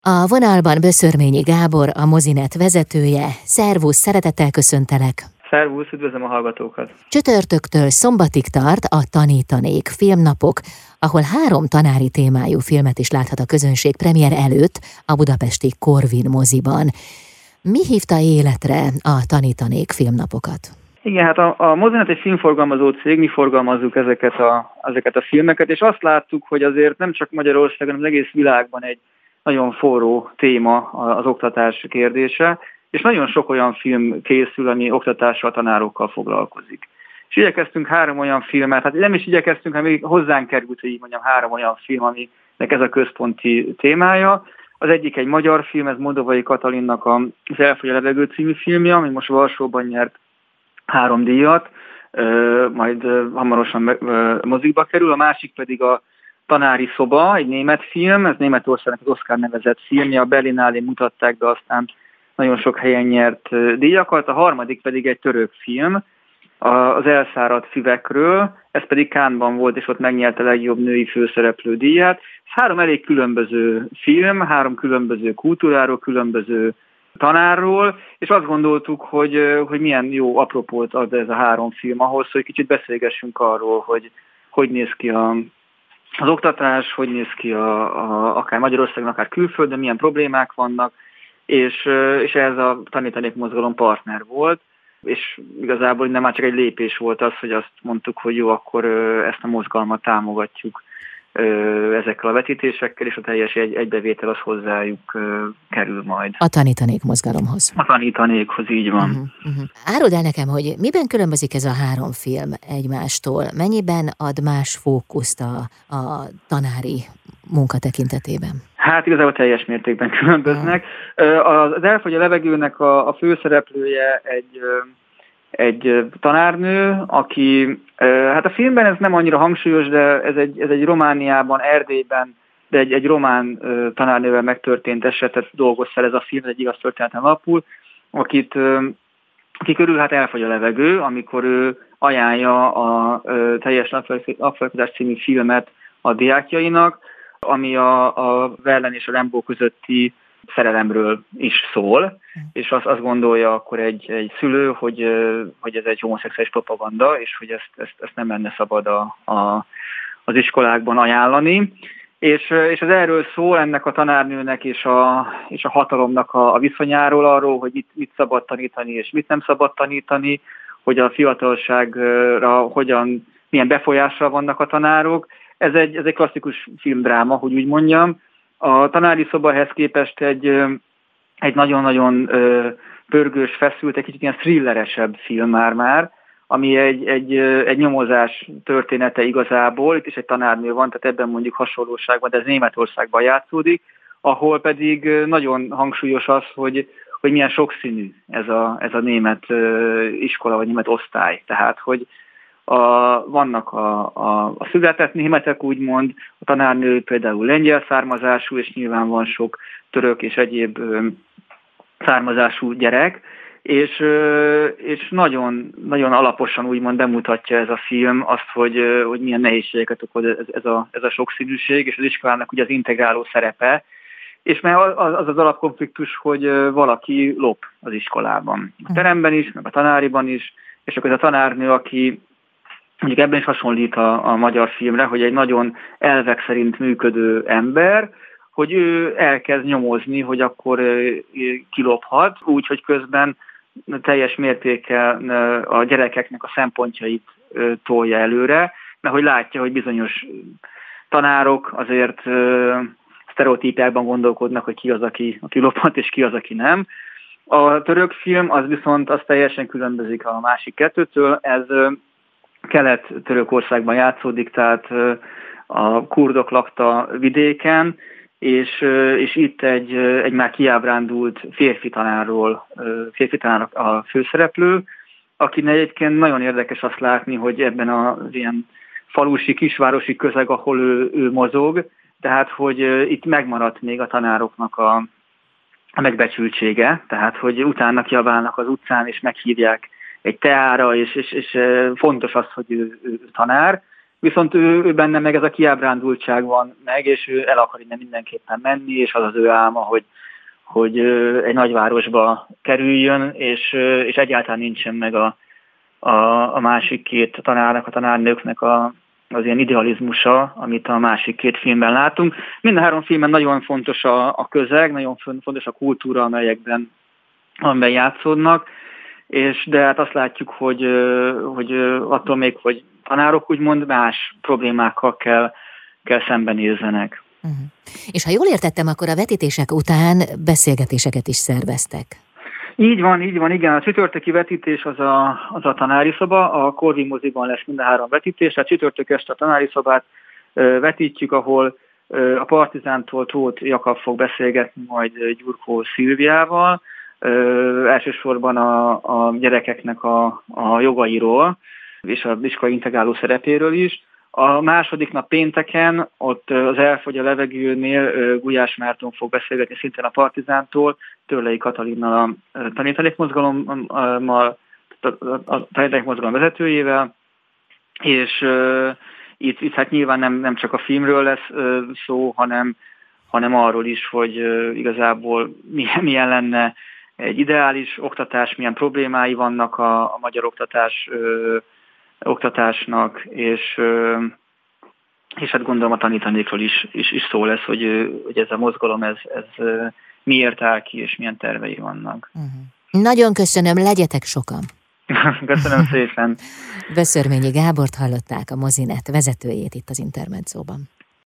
A vonalban Böszörményi Gábor, a Mozinet vezetője. Szervusz, szeretettel köszöntelek! Szervusz, üdvözlöm a hallgatókat! Csütörtöktől szombatig tart a Tanítanék filmnapok, ahol 3 tanári témájú filmet is láthat a közönség premier előtt a budapesti Corvin moziban. Mi hívta életre a Tanítanék filmnapokat? Igen, hát a Mozinet egy filmforgalmazó cég, mi forgalmazzuk ezeket a filmeket, és azt láttuk, hogy azért nem csak Magyarországon, hanem az egész világban egy nagyon forró téma az oktatás kérdése, és nagyon sok olyan film készül, ami oktatással, tanárokkal foglalkozik. És igyekeztünk 3 olyan filmet, hát nem is igyekeztünk, hanem még hozzánk került, hogy így mondjam, 3 olyan film, aminek ez a központi témája. Az egyik egy magyar film, ez Moldovai Katalinnak az Elfogy a levegő című filmje, ami most Varsóban nyert 3 díjat, majd hamarosan mozikba kerül. A másik pedig a Tanári szoba, egy német film, ez Németországnak az Oscar nevezett filmje, a Berlinálé mutatták be, aztán nagyon sok helyen nyert díjakat. A harmadik pedig egy török film, az Elszáradt füvekről, ez pedig Cannes-ban volt, és ott megnyerte a legjobb női főszereplő díját. Ez 3 elég különböző film, 3 különböző kultúráról, különböző tanárról, és azt gondoltuk, hogy milyen jó apropót ad ez a 3 film ahhoz, hogy kicsit beszélgessünk arról, hogy néz ki az oktatás, hogy néz ki akár Magyarországon, akár külföldön, milyen problémák vannak, és ez a Tanítanék mozgalom partner volt, és igazából nem már csak egy lépés volt az, hogy azt mondtuk, hogy jó, akkor ezt a mozgalmat támogatjuk ezekkel a vetítésekkel, és a teljes egybevétel az hozzájuk kerül majd. A Tanítanék mozgalomhoz. A Tanítanékhoz, így van. Áruld el nekem, hogy miben különbözik ez a 3 film egymástól? Mennyiben ad más fókuszt a tanári munka tekintetében? Hát igazából teljes mértékben különböznek. Az Elfogy a levegőnek a főszereplője egy tanárnő, aki, hát a filmben ez nem annyira hangsúlyos, de ez egy Romániában, Erdélyben, de egy román tanárnővel megtörtént esetet dolgoz fel ez a film, ez egy igaz történeten alapul, aki körül hát elfogy a levegő, amikor ő ajánlja a Teljes napfolyamkodás című filmet a diákjainak, ami a Verlaine és a Rimbaud közötti szerelemről is szól, és azt gondolja akkor egy szülő, hogy ez egy homoszexuális propaganda, és hogy ezt nem lenne szabad az iskolákban ajánlani. És ez erről szól, ennek a tanárnőnek és a hatalomnak a viszonyáról, arról, hogy mit szabad tanítani és mit nem szabad tanítani, hogy a fiatalságra milyen befolyással vannak a tanárok. Ez egy klasszikus filmdráma, hogy úgy mondjam. A Tanári szobahez képest egy nagyon-nagyon pörgős, feszült, egy kicsit ilyen thrilleresebb film már, ami egy nyomozás története igazából, itt is egy tanárnő van, tehát ebben mondjuk hasonlóság van, de ez Németországban játszódik, ahol pedig nagyon hangsúlyos az, hogy milyen sokszínű ez a német iskola, vagy német osztály. Tehát, hogy vannak a született németek, úgymond, a tanárnő például lengyel származású, és nyilván van sok török és egyéb származású gyerek, és nagyon, nagyon alaposan úgymond bemutatja ez a film azt, hogy milyen nehézségeket okoz ez a sokszínűség, és az iskolának ugye az integráló szerepe, és mert az alapkonfliktus, hogy valaki lop az iskolában. A teremben is, meg a tanáriban is, és akkor ez a tanárnő, aki mondjuk ebben is hasonlít a magyar filmre, hogy egy nagyon elvek szerint működő ember, hogy ő elkezd nyomozni, hogy akkor kilophat, úgyhogy közben teljes mértékkel a gyerekeknek a szempontjait tolja előre, mert hogy látja, hogy bizonyos tanárok azért sztereotípiákban gondolkodnak, hogy ki az, aki lophat, és ki az, aki nem. A török film az viszont az teljesen különbözik a másik kettőtől, ez Kelet-Törökországban játszódik, tehát a kurdok lakta vidéken, és itt egy már kiábrándult férfi tanár a főszereplő, akinek egyébként nagyon érdekes azt látni, hogy ebben az ilyen falusi, kisvárosi közeg, ahol ő mozog, tehát hogy itt megmaradt még a tanároknak a megbecsültsége, tehát hogy utána kiabálnak az utcán, és meghívják egy teára, és fontos az, hogy ő tanár, viszont ő benne meg ez a kiábrándultság van meg, és ő el akar innen mindenképpen menni, és az az ő álma, hogy egy nagyvárosba kerüljön, és egyáltalán nincsen meg a másik két tanárnak, a tanárnőknek az ilyen idealizmusa, amit a másik két filmben látunk. Mind a három filmben nagyon fontos a közeg, nagyon fontos a kultúra, amiben játszódnak, de hát azt látjuk, hogy attól még, hogy tanárok úgymond más problémákkal kell szembenézzenek. Uh-huh. És ha jól értettem, akkor a vetítések után beszélgetéseket is szerveztek. Így van, igen. A csütörtöki vetítés az a tanári szoba, a Corvin moziban lesz mind a három vetítés, a csütörtök este a tanári szobát vetítjük, ahol a Partizántól Tóth Jakab fog beszélgetni majd Gyurkó Szilviával, elsősorban a gyerekeknek a jogairól, és az iskolai integráló szerepéről is. A második nap pénteken, ott az Elfogy a levegőnél Gulyás Márton fog beszélgetni szintén a Partizántól, Törlei Katalinnal a tanítalékmozgalommal, a tanítalékmozgalom vezetőjével, és itt hát nyilván nem csak a filmről lesz szó, hanem arról is, hogy igazából milyen lenne egy ideális oktatás, milyen problémái vannak a magyar oktatásnak, és hát gondolom a tanítanékról is szó lesz, hogy ez a mozgalom ez miért áll ki, és milyen tervei vannak. Uh-huh. Nagyon köszönöm, legyetek sokan! Köszönöm szépen! Veszörményi Gábort hallották, a Mozinet vezetőjét itt az Intermedzóban.